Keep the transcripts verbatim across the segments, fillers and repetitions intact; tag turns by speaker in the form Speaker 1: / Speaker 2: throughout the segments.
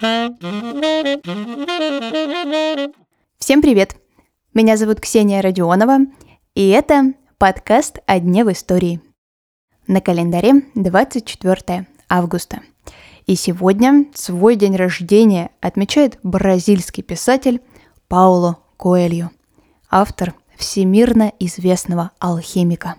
Speaker 1: Всем привет! Меня зовут Ксения Родионова, и это подкаст «О дне в истории». На календаре двадцать четвёртое августа. И сегодня свой день рождения отмечает бразильский писатель Пауло Коэльо, автор всемирно известного алхимика.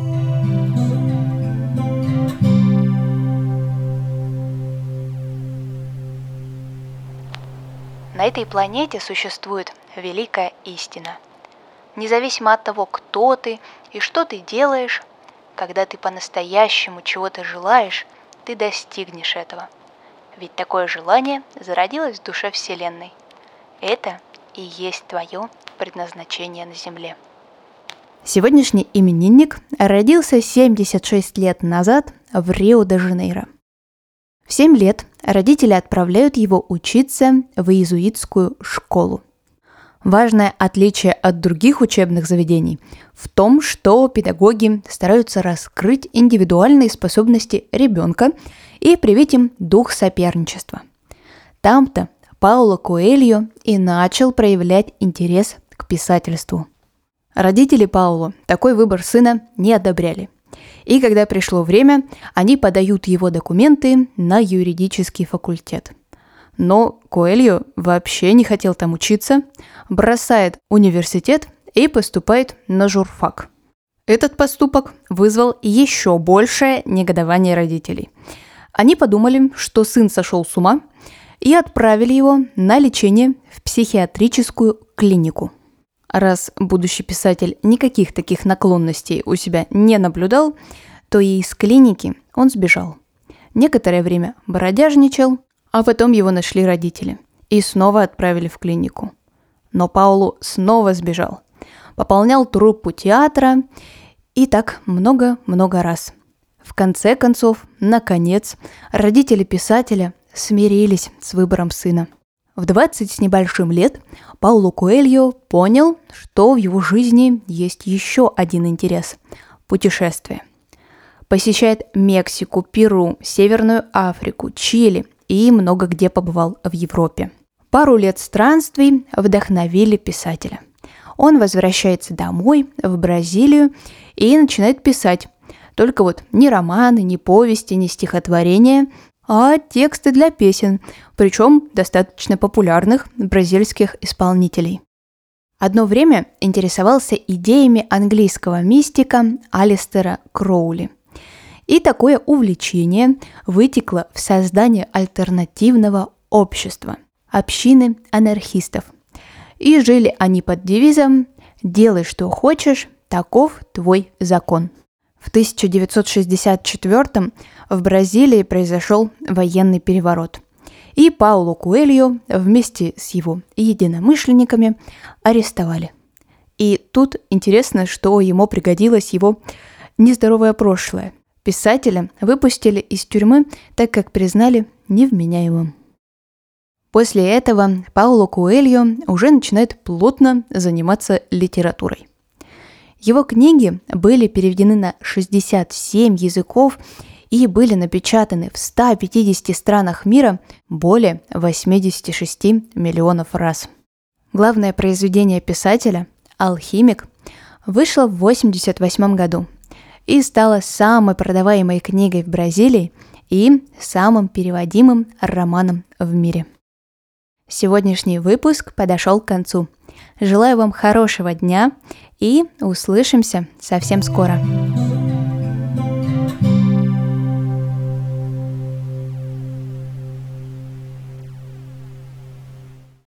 Speaker 1: На этой планете существует великая истина. Независимо от того, кто ты и что ты делаешь, когда ты по-настоящему чего-то желаешь, ты достигнешь этого. Ведь такое желание зародилось в душе Вселенной. Это и есть твое предназначение на Земле. Сегодняшний именинник родился семьдесят шесть лет назад в Рио-де-Жанейро. В семь лет родители отправляют его учиться в иезуитскую школу. Важное отличие от других учебных заведений в том, что педагоги стараются раскрыть индивидуальные способности ребенка и привить им дух соперничества. Там-то Пауло Коэльо и начал проявлять интерес к писательству. Родители Пауло такой выбор сына не одобряли. И когда пришло время, они подают его документы на юридический факультет. Но Коэльо вообще не хотел там учиться, бросает университет и поступает на журфак. Этот поступок вызвал еще большее негодование родителей. Они подумали, что сын сошел с ума, и отправили его на лечение в психиатрическую клинику. Раз будущий писатель никаких таких наклонностей у себя не наблюдал, то и из клиники он сбежал. Некоторое время бродяжничал, а потом его нашли родители и снова отправили в клинику. Но Пауло снова сбежал, пополнял труппу театра и так много-много раз. В конце концов, наконец, родители писателя смирились с выбором сына. В двадцать с небольшим лет Пауло Коэльо понял, что в его жизни есть еще один интерес – путешествие. Посещает Мексику, Перу, Северную Африку, Чили и много где побывал в Европе. Пару лет странствий вдохновили писателя. Он возвращается домой, в Бразилию, и начинает писать. Только вот ни романы, ни повести, ни стихотворения, а тексты для песен, причем достаточно популярных бразильских исполнителей. Одно время интересовался идеями английского мистика Алистера Кроули. И такое увлечение вытекло в создание альтернативного общества – общины анархистов. И жили они под девизом «Делай, что хочешь, таков твой закон». В тысяча девятьсот шестьдесят четвёртом в Бразилии произошел военный переворот, и Пауло Коэльо вместе с его единомышленниками арестовали. И тут интересно, что ему пригодилось его нездоровое прошлое. Писателя выпустили из тюрьмы, так как признали невменяемым. После этого Пауло Коэльо уже начинает плотно заниматься литературой. Его книги были переведены на шестьдесят семь языков и были напечатаны в ста пятидесяти странах мира более восемьдесят шесть миллионов раз. Главное произведение писателя «Алхимик» вышло в восемьдесят восьмом году и стало самой продаваемой книгой в Бразилии и самым переводимым романом в мире. Сегодняшний выпуск подошел к концу. Желаю вам хорошего дня и услышимся совсем скоро.